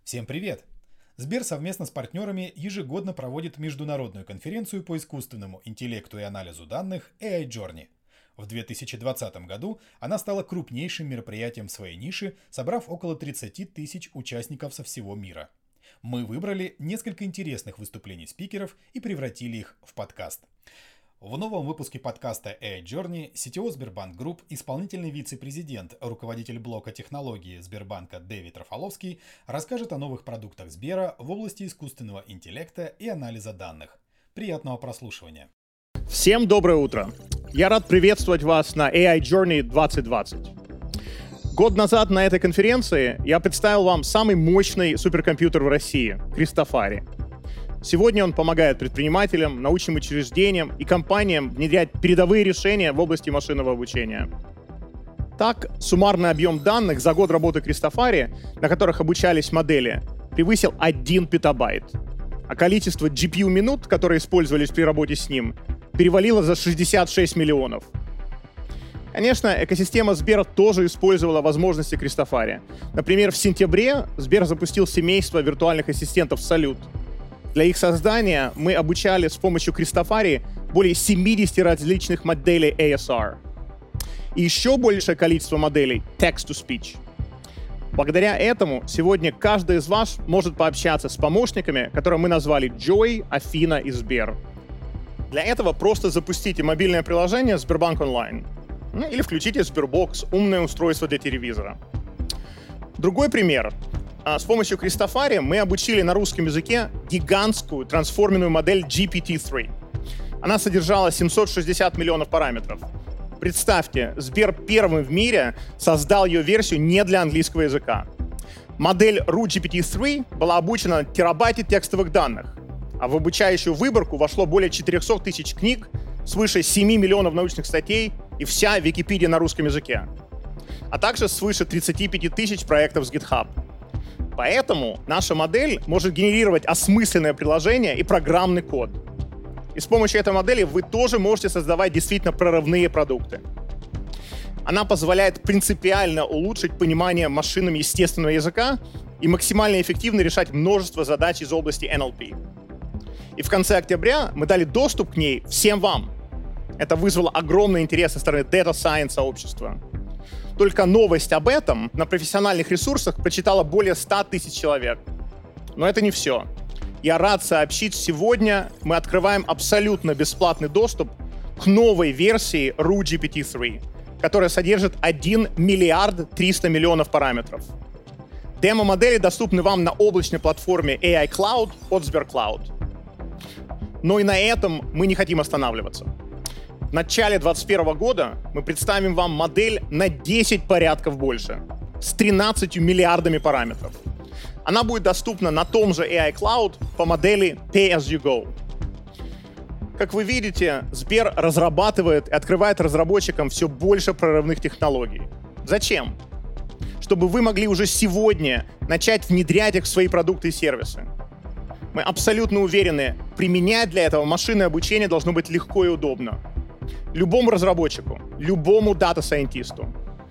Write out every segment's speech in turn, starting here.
Всем привет! Сбер совместно с партнерами ежегодно проводит международную конференцию по искусственному интеллекту и анализу данных AI Journey. В 2020 году она стала крупнейшим мероприятием в своей нише, собрав около 30 тысяч участников со всего мира. Мы выбрали несколько интересных выступлений спикеров и превратили их в подкаст. В новом выпуске подкаста AI Journey CTO Сбербанк Групп, исполнительный вице-президент, руководитель блока технологии Сбербанка Дэвид Рафаловский расскажет о новых продуктах Сбера в области искусственного интеллекта и анализа данных. Приятного прослушивания. Всем доброе утро. Я рад приветствовать вас на AI Journey 2020. Год назад на этой конференции я представил вам самый мощный суперкомпьютер в России – Кристофари. Сегодня он помогает предпринимателям, научным учреждениям и компаниям внедрять передовые решения в области машинного обучения. Так, суммарный объем данных за год работы Кристофари, на которых обучались модели, превысил 1 петабайт, а количество GPU-минут, которые использовались при работе с ним, перевалило за 66 миллионов. Конечно, экосистема Сбера тоже использовала возможности Кристофари. Например, в сентябре Сбер запустил семейство виртуальных ассистентов Салют. Для их создания мы обучали с помощью Кристофари более 70 различных моделей ASR. И еще большее количество моделей Text-to-Speech. Благодаря этому сегодня каждый из вас может пообщаться с помощниками, которые мы назвали Joy, Афина и Сбер. Для этого просто запустите мобильное приложение Сбербанк онлайн. Или включите Sberbox, умное устройство для телевизора. Другой пример. С помощью Кристофари мы обучили на русском языке гигантскую трансформерную модель GPT-3. Она содержала 760 миллионов параметров. Представьте, Сбер первым в мире создал ее версию не для английского языка. Модель RuGPT-3 была обучена на терабайте текстовых данных, а в обучающую выборку вошло более 400 тысяч книг, свыше 7 миллионов научных статей и вся Википедия на русском языке, а также свыше 35 тысяч проектов с GitHub. Поэтому наша модель может генерировать осмысленное приложение и программный код. И с помощью этой модели вы тоже можете создавать действительно прорывные продукты. Она позволяет принципиально улучшить понимание машинами естественного языка и максимально эффективно решать множество задач из области NLP. И в конце октября мы дали доступ к ней всем вам. Это вызвало огромный интерес со стороны Data Science сообщества. Только новость об этом на профессиональных ресурсах прочитало более 100 тысяч человек. Но это не все. Я рад сообщить, сегодня мы открываем абсолютно бесплатный доступ к новой версии RuGPT-3, которая содержит 1 миллиард 300 миллионов параметров. Демо-модели доступны вам на облачной платформе AI Cloud от SberCloud. Но и на этом мы не хотим останавливаться. В начале 2021 года мы представим вам модель на 10 порядков больше, с 13 миллиардами параметров. Она будет доступна на том же AI Cloud по модели Pay as you go. Как вы видите, Сбер разрабатывает и открывает разработчикам все больше прорывных технологий. Зачем? Чтобы вы могли уже сегодня начать внедрять их в свои продукты и сервисы. Мы абсолютно уверены, применять для этого машинное обучение должно быть легко и удобно. Любому разработчику, любому дата-сайентисту.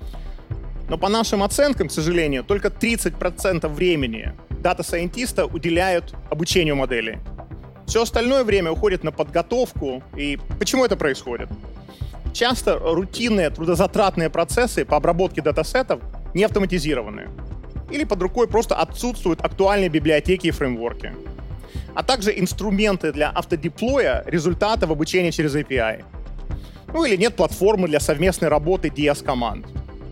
Но по нашим оценкам, к сожалению, только 30% времени дата-сайентиста уделяют обучению модели. Все остальное время уходит на подготовку. И почему это происходит? Часто рутинные трудозатратные процессы по обработке датасетов не автоматизированы. Или под рукой просто отсутствуют актуальные библиотеки и фреймворки. А также инструменты для автодеплоя результатов обучения через API. Или нет платформы для совместной работы DS-команд.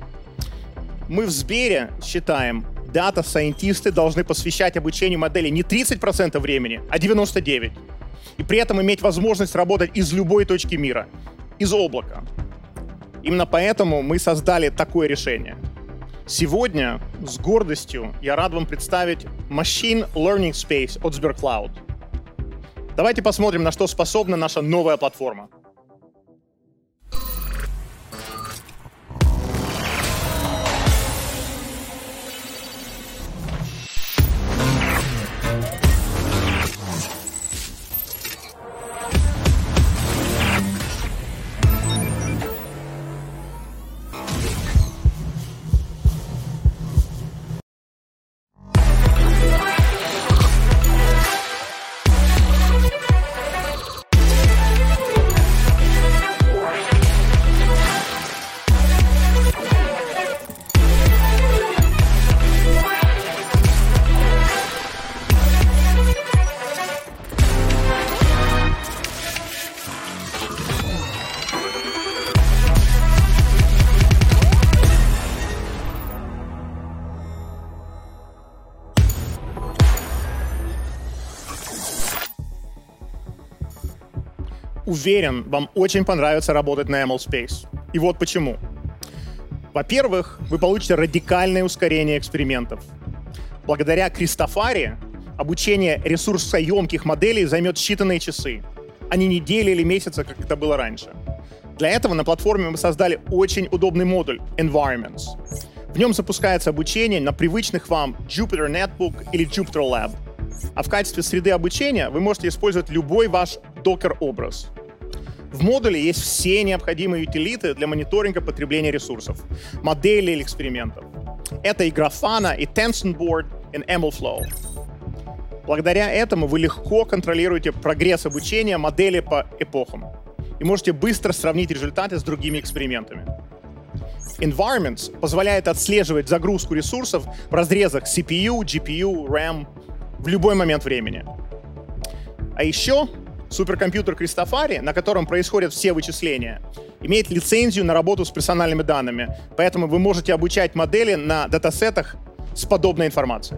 Мы в Сбере считаем, дата-сайентисты должны посвящать обучению модели не 30% времени, а 99%. И при этом иметь возможность работать из любой точки мира, из облака. Именно поэтому мы создали такое решение. Сегодня с гордостью я рад вам представить Machine Learning Space от SberCloud. Давайте посмотрим, на что способна наша новая платформа. Уверен, вам очень понравится работать на ML Space. И вот почему. Во-первых, вы получите радикальное ускорение экспериментов. Благодаря Крistofari обучение ресурсоемких моделей займет считанные часы, а не недели или месяцы, как это было раньше. Для этого на платформе мы создали очень удобный модуль Environments. В нем запускается обучение на привычных вам Jupyter Notebook или Jupyter Lab. А в качестве среды обучения вы можете использовать любой ваш Docker-образ. В модуле есть все необходимые утилиты для мониторинга потребления ресурсов, моделей или экспериментов. Это и Grafana, и TensorBoard, и MLflow. Благодаря этому вы легко контролируете прогресс обучения модели по эпохам и можете быстро сравнить результаты с другими экспериментами. Environments позволяет отслеживать загрузку ресурсов в разрезах CPU, GPU, RAM в любой момент времени. А еще суперкомпьютер Крistofari, на котором происходят все вычисления, имеет лицензию на работу с персональными данными, поэтому вы можете обучать модели на датасетах с подобной информацией.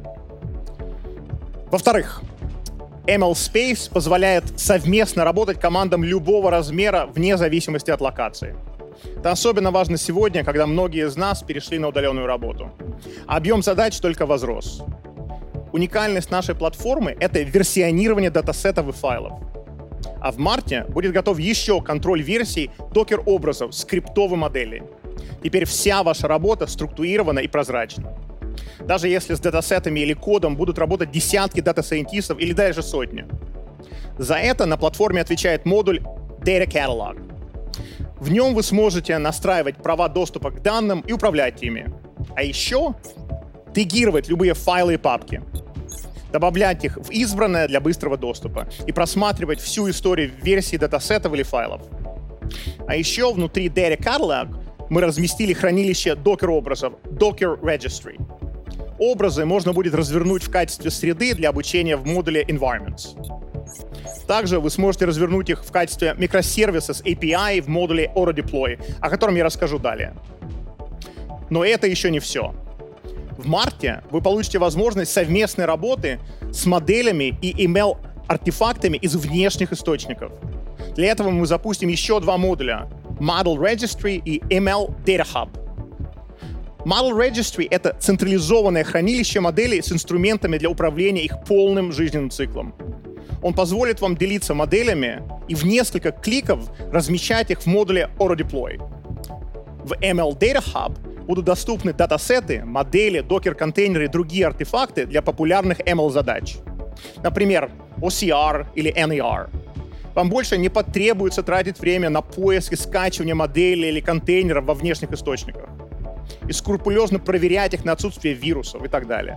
Во-вторых, ML Space позволяет совместно работать командам любого размера вне зависимости от локации. Это особенно важно сегодня, когда многие из нас перешли на удаленную работу. А объем задач только возрос. Уникальность нашей платформы — это версионирование датасетов и файлов. А в марте будет готов еще контроль версий докер-образов с криптовой моделей. Теперь вся ваша работа структурирована и прозрачна. Даже если с датасетами или кодом будут работать десятки дата-сайентистов или даже сотни. За это на платформе отвечает модуль Data Catalog. В нем вы сможете настраивать права доступа к данным и управлять ими. А еще тегировать любые файлы и папки, добавлять их в избранное для быстрого доступа и просматривать всю историю версий датасетов или файлов. А еще внутри Data Catalog мы разместили хранилище докер-образов Docker Registry. Образы можно будет развернуть в качестве среды для обучения в модуле Environments. Также вы сможете развернуть их в качестве микросервиса с API в модуле AutoDeploy, о котором я расскажу далее. Но это еще не все. В марте вы получите возможность совместной работы с моделями и ML-артефактами из внешних источников. Для этого мы запустим еще два модуля — Model Registry и ML Data Hub. Model Registry — это централизованное хранилище моделей с инструментами для управления их полным жизненным циклом. Он позволит вам делиться моделями и в несколько кликов размещать их в модуле AutoDeploy. В ML Data Hub будут доступны датасеты, модели, докер-контейнеры и другие артефакты для популярных ML-задач. Например, OCR или NER. Вам больше не потребуется тратить время на поиск и скачивание моделей или контейнеров во внешних источниках и скрупулезно проверять их на отсутствие вирусов и так далее.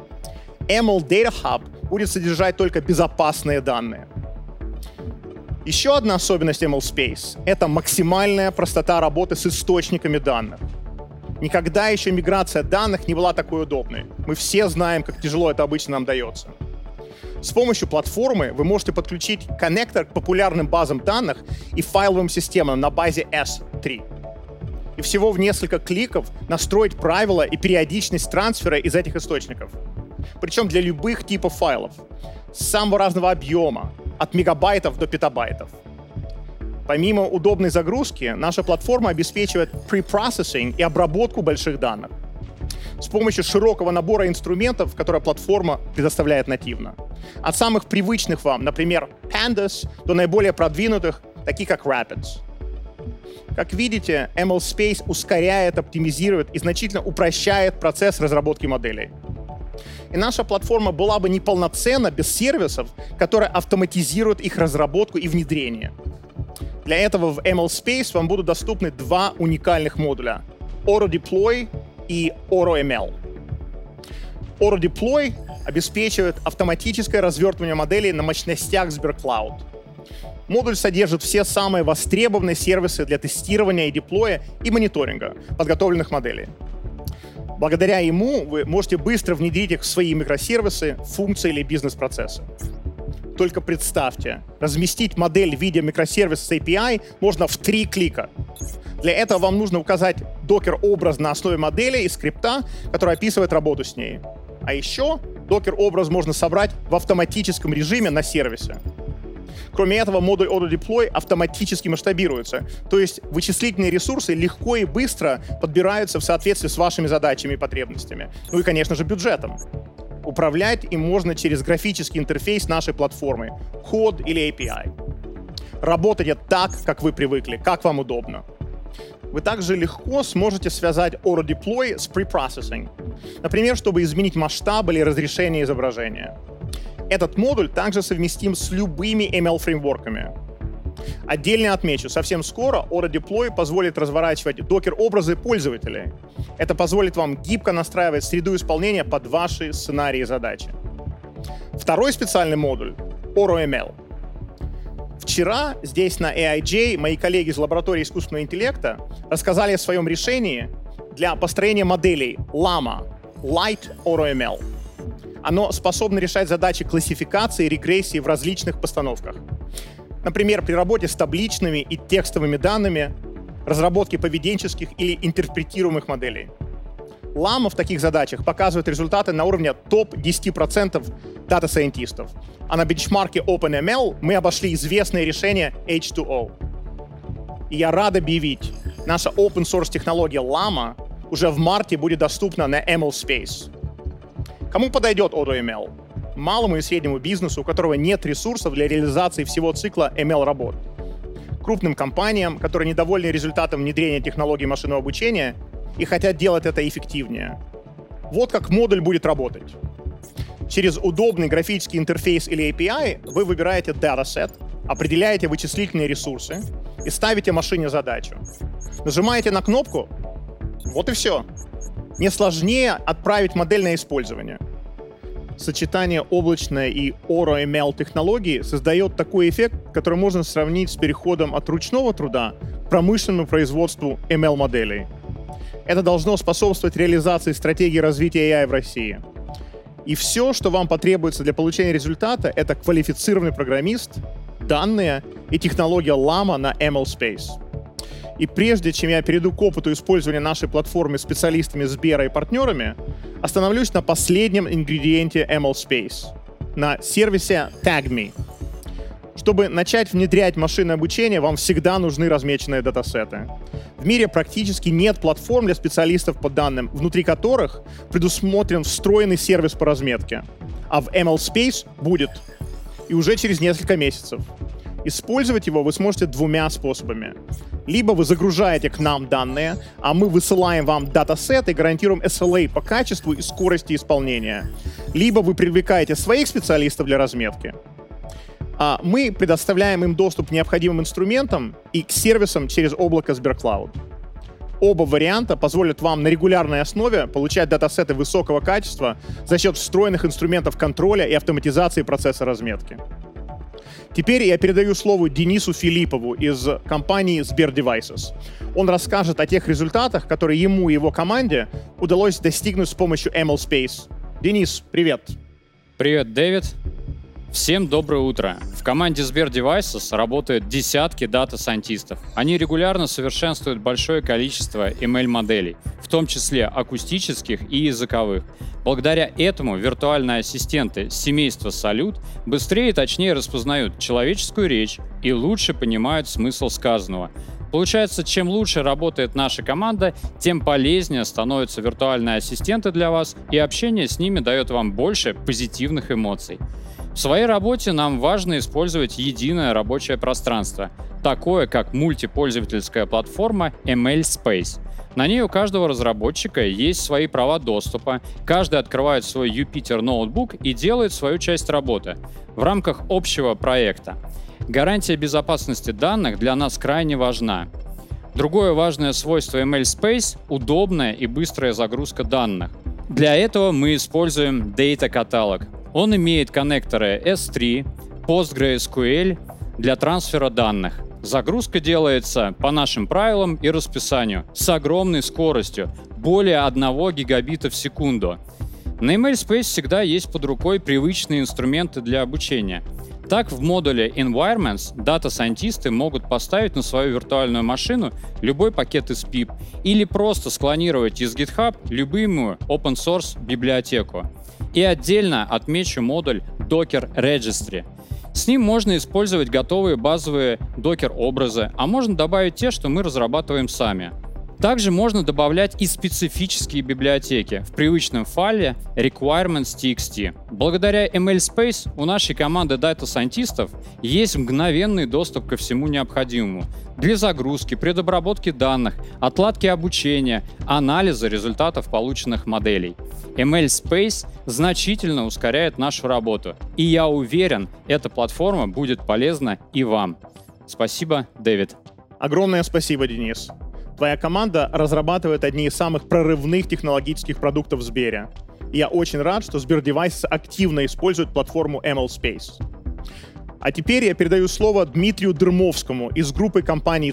ML Data Hub будет содержать только безопасные данные. Еще одна особенность ML Space — это максимальная простота работы с источниками данных. Никогда еще миграция данных не была такой удобной. Мы все знаем, как тяжело это обычно нам дается. С помощью платформы вы можете подключить коннектор к популярным базам данных и файловым системам на базе S3. И всего в несколько кликов настроить правила и периодичность трансфера из этих источников. Причем для любых типов файлов. С самого разного объема, от мегабайтов до петабайтов. Помимо удобной загрузки, наша платформа обеспечивает препроцессинг и обработку больших данных с помощью широкого набора инструментов, которые платформа предоставляет нативно. От самых привычных вам, например, Pandas, до наиболее продвинутых, таких как Rapids. Как видите, ML Space ускоряет, оптимизирует и значительно упрощает процесс разработки моделей. И наша платформа была бы неполноценна без сервисов, которые автоматизируют их разработку и внедрение. Для этого в ML Space вам будут доступны два уникальных модуля — AutoDeploy и AutoML. AutoDeploy обеспечивает автоматическое развертывание моделей на мощностях SberCloud. Модуль содержит все самые востребованные сервисы для тестирования и деплоя и мониторинга подготовленных моделей. Благодаря ему вы можете быстро внедрить их в свои микросервисы, функции или бизнес-процессы. Только представьте, разместить модель в виде микросервиса с API можно в 3 клика. Для этого вам нужно указать докер-образ на основе модели и скрипта, который описывает работу с ней. А еще докер-образ можно собрать в автоматическом режиме на сервисе. Кроме этого, модуль AutoDeploy автоматически масштабируется, то есть вычислительные ресурсы легко и быстро подбираются в соответствии с вашими задачами и потребностями. Ну и, конечно же, бюджетом. Управлять им можно через графический интерфейс нашей платформы, код или API. Работайте так, как вы привыкли, как вам удобно. Вы также легко сможете связать AutoDeploy с Preprocessing, например, чтобы изменить масштаб или разрешение изображения. Этот модуль также совместим с любыми ML-фреймворками. Отдельно отмечу, совсем скоро AutoDeploy позволит разворачивать докер-образы пользователей. Это позволит вам гибко настраивать среду исполнения под ваши сценарии и задачи. Второй специальный модуль — AutoML. Вчера здесь на AIJ мои коллеги из лаборатории искусственного интеллекта рассказали о своем решении для построения моделей Llama — Light AutoML. Оно способно решать задачи классификации и регрессии в различных постановках. Например, при работе с табличными и текстовыми данными, разработке поведенческих или интерпретируемых моделей. Llama в таких задачах показывает результаты на уровне топ-10% дата-сайентистов, а на бенчмарке OpenML мы обошли известное решение H2O. И я рад объявить, наша open-source технология Llama уже в марте будет доступна на ML Space. Кому подойдет AutoML? Малому и среднему бизнесу, у которого нет ресурсов для реализации всего цикла ML-работ. Крупным компаниям, которые недовольны результатом внедрения технологий машинного обучения и хотят делать это эффективнее. Вот как модуль будет работать. Через удобный графический интерфейс или API вы выбираете dataset, определяете вычислительные ресурсы и ставите машине задачу. Нажимаете на кнопку, вот и все. Не сложнее отправить модель на использование. Сочетание облачной и AutoML технологии создает такой эффект, который можно сравнить с переходом от ручного труда к промышленному производству ML-моделей. Это должно способствовать реализации стратегии развития AI в России. И все, что вам потребуется для получения результата, это квалифицированный программист, данные и технология Llama на ML Space. И прежде чем я перейду к опыту использования нашей платформы специалистами Сбера и партнерами, остановлюсь на последнем ингредиенте ML Space — на сервисе TagMe. Чтобы начать внедрять машинное обучение, вам всегда нужны размеченные датасеты. В мире практически нет платформ для специалистов по данным, внутри которых предусмотрен встроенный сервис по разметке. А в ML Space будет. И уже через несколько месяцев. Использовать его вы сможете двумя способами. Либо вы загружаете к нам данные, а мы высылаем вам датасет и гарантируем SLA по качеству и скорости исполнения. Либо вы привлекаете своих специалистов для разметки, а мы предоставляем им доступ к необходимым инструментам и к сервисам через облако Сберклауд. Оба варианта позволят вам на регулярной основе получать датасеты высокого качества за счет встроенных инструментов контроля и автоматизации процесса разметки. Теперь я передаю слово Денису Филиппову из компании Сбер Devices. Он расскажет о тех результатах, которые ему и его команде удалось достигнуть с помощью ML Space. Денис, привет. Привет, Дэвид. Всем доброе утро. В команде Сбер Devices работают десятки дата-сайентистов. Они регулярно совершенствуют большое количество ML-моделей, в том числе акустических и языковых. Благодаря этому виртуальные ассистенты семейства Salute быстрее и точнее распознают человеческую речь и лучше понимают смысл сказанного. Получается, чем лучше работает наша команда, тем полезнее становятся виртуальные ассистенты для вас, и общение с ними дает вам больше позитивных эмоций. В своей работе нам важно использовать единое рабочее пространство, такое как мультипользовательская платформа ML Space. На ней у каждого разработчика есть свои права доступа, каждый открывает свой Jupyter ноутбук и делает свою часть работы в рамках общего проекта. Гарантия безопасности данных для нас крайне важна. Другое важное свойство ML Space — удобная и быстрая загрузка данных. Для этого мы используем Data Catalog. Он имеет коннекторы S3, PostgreSQL для трансфера данных. Загрузка делается по нашим правилам и расписанию с огромной скоростью, более 1 гигабита в секунду. На ML Space всегда есть под рукой привычные инструменты для обучения. Так, в модуле Environments дата-сайентисты могут поставить на свою виртуальную машину любой пакет из PIP или просто склонировать из GitHub любимую open-source библиотеку. И отдельно отмечу модуль Docker Registry. С ним можно использовать готовые базовые докер-образы, а можно добавить те, что мы разрабатываем сами. Также можно добавлять и специфические библиотеки в привычном файле requirements.txt. Благодаря ML Space у нашей команды дата-сайентистов есть мгновенный доступ ко всему необходимому для загрузки, предобработки данных, отладки обучения, анализа результатов полученных моделей. ML Space значительно ускоряет нашу работу, и я уверен, эта платформа будет полезна и вам. Спасибо, Дэвид. Огромное спасибо, Денис. Твоя команда разрабатывает одни из самых прорывных технологических продуктов в Сбере. И я очень рад, что Сбер Devices активно использует платформу ML Space. А теперь я передаю слово Дмитрию Дырмовскому из группы компаний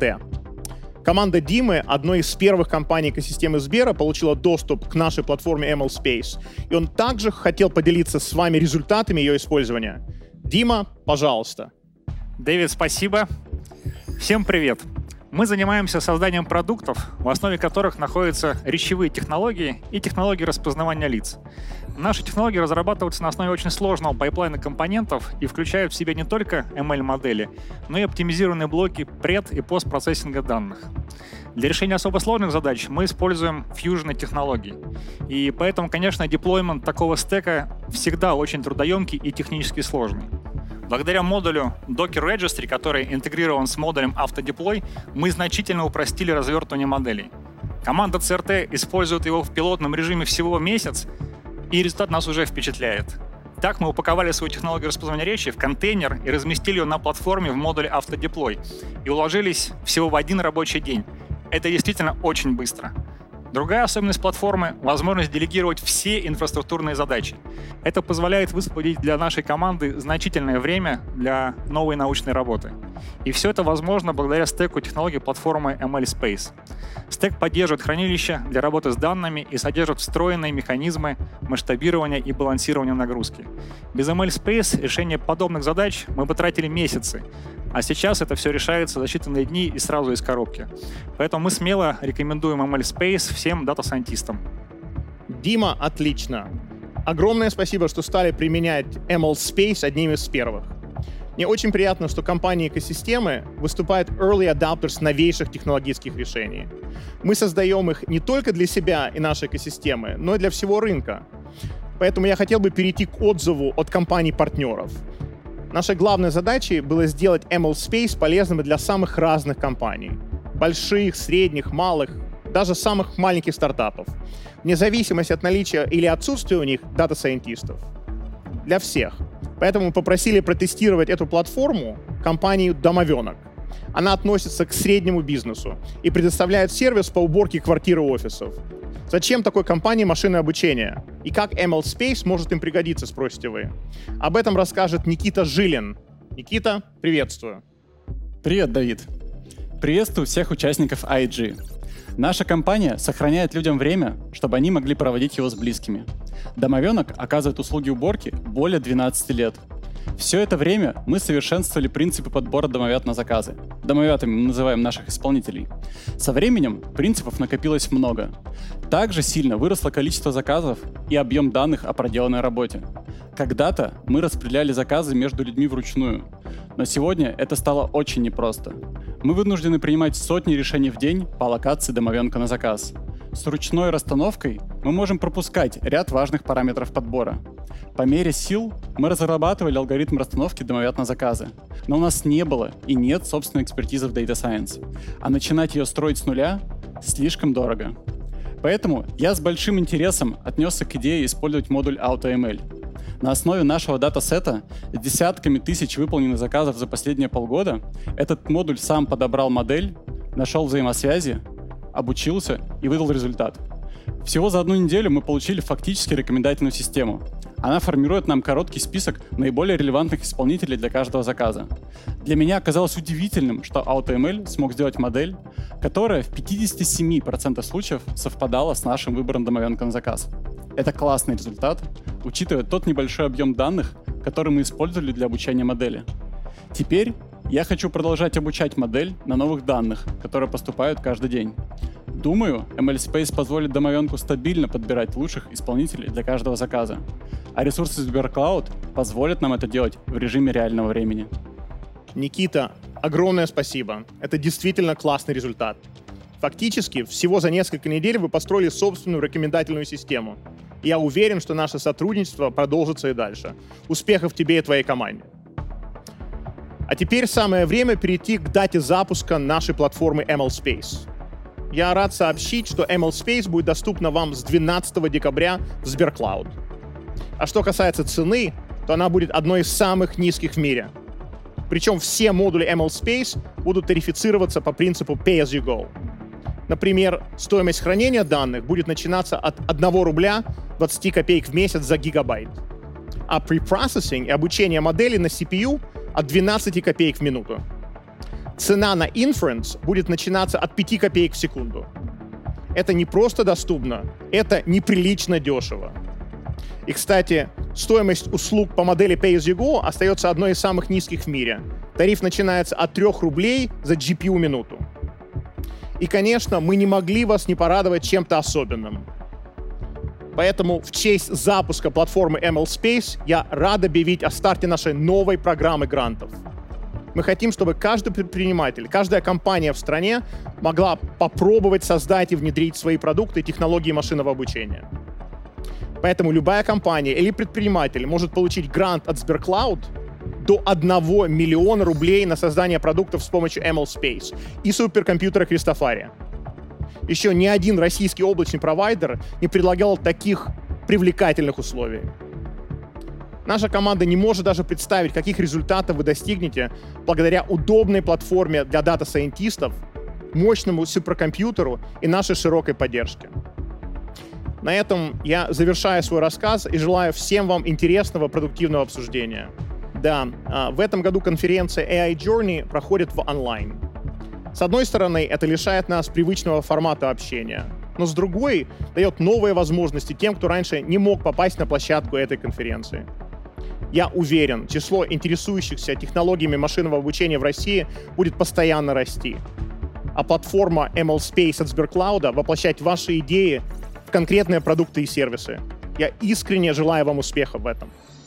CRT. Команда Димы, одной из первых компаний экосистемы Сбера, получила доступ к нашей платформе ML Space. И он также хотел поделиться с вами результатами ее использования. Дима, пожалуйста. Дэвид, спасибо. Всем привет. Мы занимаемся созданием продуктов, в основе которых находятся речевые технологии и технологии распознавания лиц. Наши технологии разрабатываются на основе очень сложного пайплайна компонентов и включают в себя не только ML-модели, но и оптимизированные блоки пред- и постпроцессинга данных. Для решения особо сложных задач мы используем фьюжн технологии. И поэтому, конечно, деплоймент такого стека всегда очень трудоемкий и технически сложный. Благодаря модулю Docker Registry, который интегрирован с модулем AutoDeploy, мы значительно упростили развертывание моделей. Команда CRT использует его в пилотном режиме всего месяц, и результат нас уже впечатляет. Так мы упаковали свою технологию распознавания речи в контейнер и разместили ее на платформе в модуле AutoDeploy и уложились всего в один рабочий день. Это действительно очень быстро. Другая особенность платформы — возможность делегировать все инфраструктурные задачи. Это позволяет высвободить для нашей команды значительное время для новой научной работы. И все это возможно благодаря стеку технологий платформы ML Space. Стек поддерживает хранилище для работы с данными и содержит встроенные механизмы масштабирования и балансирования нагрузки. Без ML Space решение подобных задач мы бы тратили месяцы, а сейчас это все решается за считанные дни и сразу из коробки. Поэтому мы смело рекомендуем ML Space всем дата-сайентистам. Дима, отлично. Огромное спасибо, что стали применять ML Space одним из первых. Мне очень приятно, что компании экосистемы выступают early adopters новейших технологических решений. Мы создаем их не только для себя и нашей экосистемы, но и для всего рынка. Поэтому я хотел бы перейти к отзыву от компаний-партнеров. Нашей главной задачей было сделать ML Space полезным для самых разных компаний. Больших, средних, малых, даже самых маленьких стартапов. Вне зависимости от наличия или отсутствия у них дата-сайентистов. Для всех. Поэтому мы попросили протестировать эту платформу компанию «Домовенок». Она относится к среднему бизнесу и предоставляет сервис по уборке квартир и офисов. Зачем такой компании машинное обучение? И как ML Space может им пригодиться, спросите вы? Об этом расскажет Никита Жилин. Никита, приветствую. Привет, Давид. Приветствую всех участников IG. Наша компания сохраняет людям время, чтобы они могли проводить его с близкими. Домовенок оказывает услуги уборки более 12 лет. Все это время мы совершенствовали принципы подбора домовят на заказы. Домовятами мы называем наших исполнителей. Со временем принципов накопилось много. Также сильно выросло количество заказов и объем данных о проделанной работе. Когда-то мы распределяли заказы между людьми вручную, но сегодня это стало очень непросто. Мы вынуждены принимать сотни решений в день по локации домовенка на заказ. С ручной расстановкой мы можем пропускать ряд важных параметров подбора. По мере сил мы разрабатывали алгоритм расстановки домовят на заказы, но у нас не было и нет собственной экспертизы в Data Science, а начинать ее строить с нуля слишком дорого. Поэтому я с большим интересом отнесся к идее использовать модуль AutoML. На основе нашего датасета с десятками тысяч выполненных заказов за последние полгода этот модуль сам подобрал модель, нашел взаимосвязи, обучился и выдал результат. Всего за одну неделю мы получили фактически рекомендательную систему. Она формирует нам короткий список наиболее релевантных исполнителей для каждого заказа. Для меня оказалось удивительным, что AutoML смог сделать модель, которая в 57% случаев совпадала с нашим выбором домовенка на заказ. Это классный результат, учитывая тот небольшой объем данных, который мы использовали для обучения модели. Теперь я хочу продолжать обучать модель на новых данных, которые поступают каждый день. Думаю, ML Space позволит домовенку стабильно подбирать лучших исполнителей для каждого заказа. а ресурсы Сберклауд позволят нам это делать в режиме реального времени. Никита, огромное спасибо. Это действительно классный результат. Фактически, всего за несколько недель вы построили собственную рекомендательную систему. И я уверен, что наше сотрудничество продолжится и дальше. Успехов тебе и твоей команде. А теперь самое время перейти к дате запуска нашей платформы ML Space. Я рад сообщить, что ML Space будет доступна вам с 12 декабря в Сберклауд. А что касается цены, то она будет одной из самых низких в мире. Причем все модули ML Space будут тарифицироваться по принципу Pay as you go. Например, стоимость хранения данных будет начинаться от 1 рубля 20 копеек в месяц за гигабайт. А препроцессинг и обучение модели на CPU от 12 копеек в минуту. Цена на inference будет начинаться от 5 копеек в секунду. Это не просто доступно, это неприлично дешево. И, кстати, стоимость услуг по модели Pay as you go остается одной из самых низких в мире. Тариф начинается от 3 рублей за GPU минуту. И, конечно, мы не могли вас не порадовать чем-то особенным. Поэтому в честь запуска платформы ML Space я рад объявить о старте нашей новой программы грантов. Мы хотим, чтобы каждый предприниматель, каждая компания в стране могла попробовать создать и внедрить свои продукты и технологии машинного обучения. Поэтому любая компания или предприниматель может получить грант от Сберклауд до 1 миллиона рублей на создание продуктов с помощью ML Space и суперкомпьютера Кристофария. Еще ни один российский облачный провайдер не предлагал таких привлекательных условий. Наша команда не может даже представить, каких результатов вы достигнете благодаря удобной платформе для дата-сайентистов, мощному суперкомпьютеру и нашей широкой поддержке. На этом я завершаю свой рассказ и желаю всем вам интересного, продуктивного обсуждения. Да, в этом году конференция AI Journey проходит в онлайн. С одной стороны, это лишает нас привычного формата общения, но с другой дает новые возможности тем, кто раньше не мог попасть на площадку этой конференции. Я уверен, число интересующихся технологиями машинного обучения в России будет постоянно расти. А платформа ML Space от Сберклауда воплощать ваши идеи в конкретные продукты и сервисы. Я искренне желаю вам успеха в этом.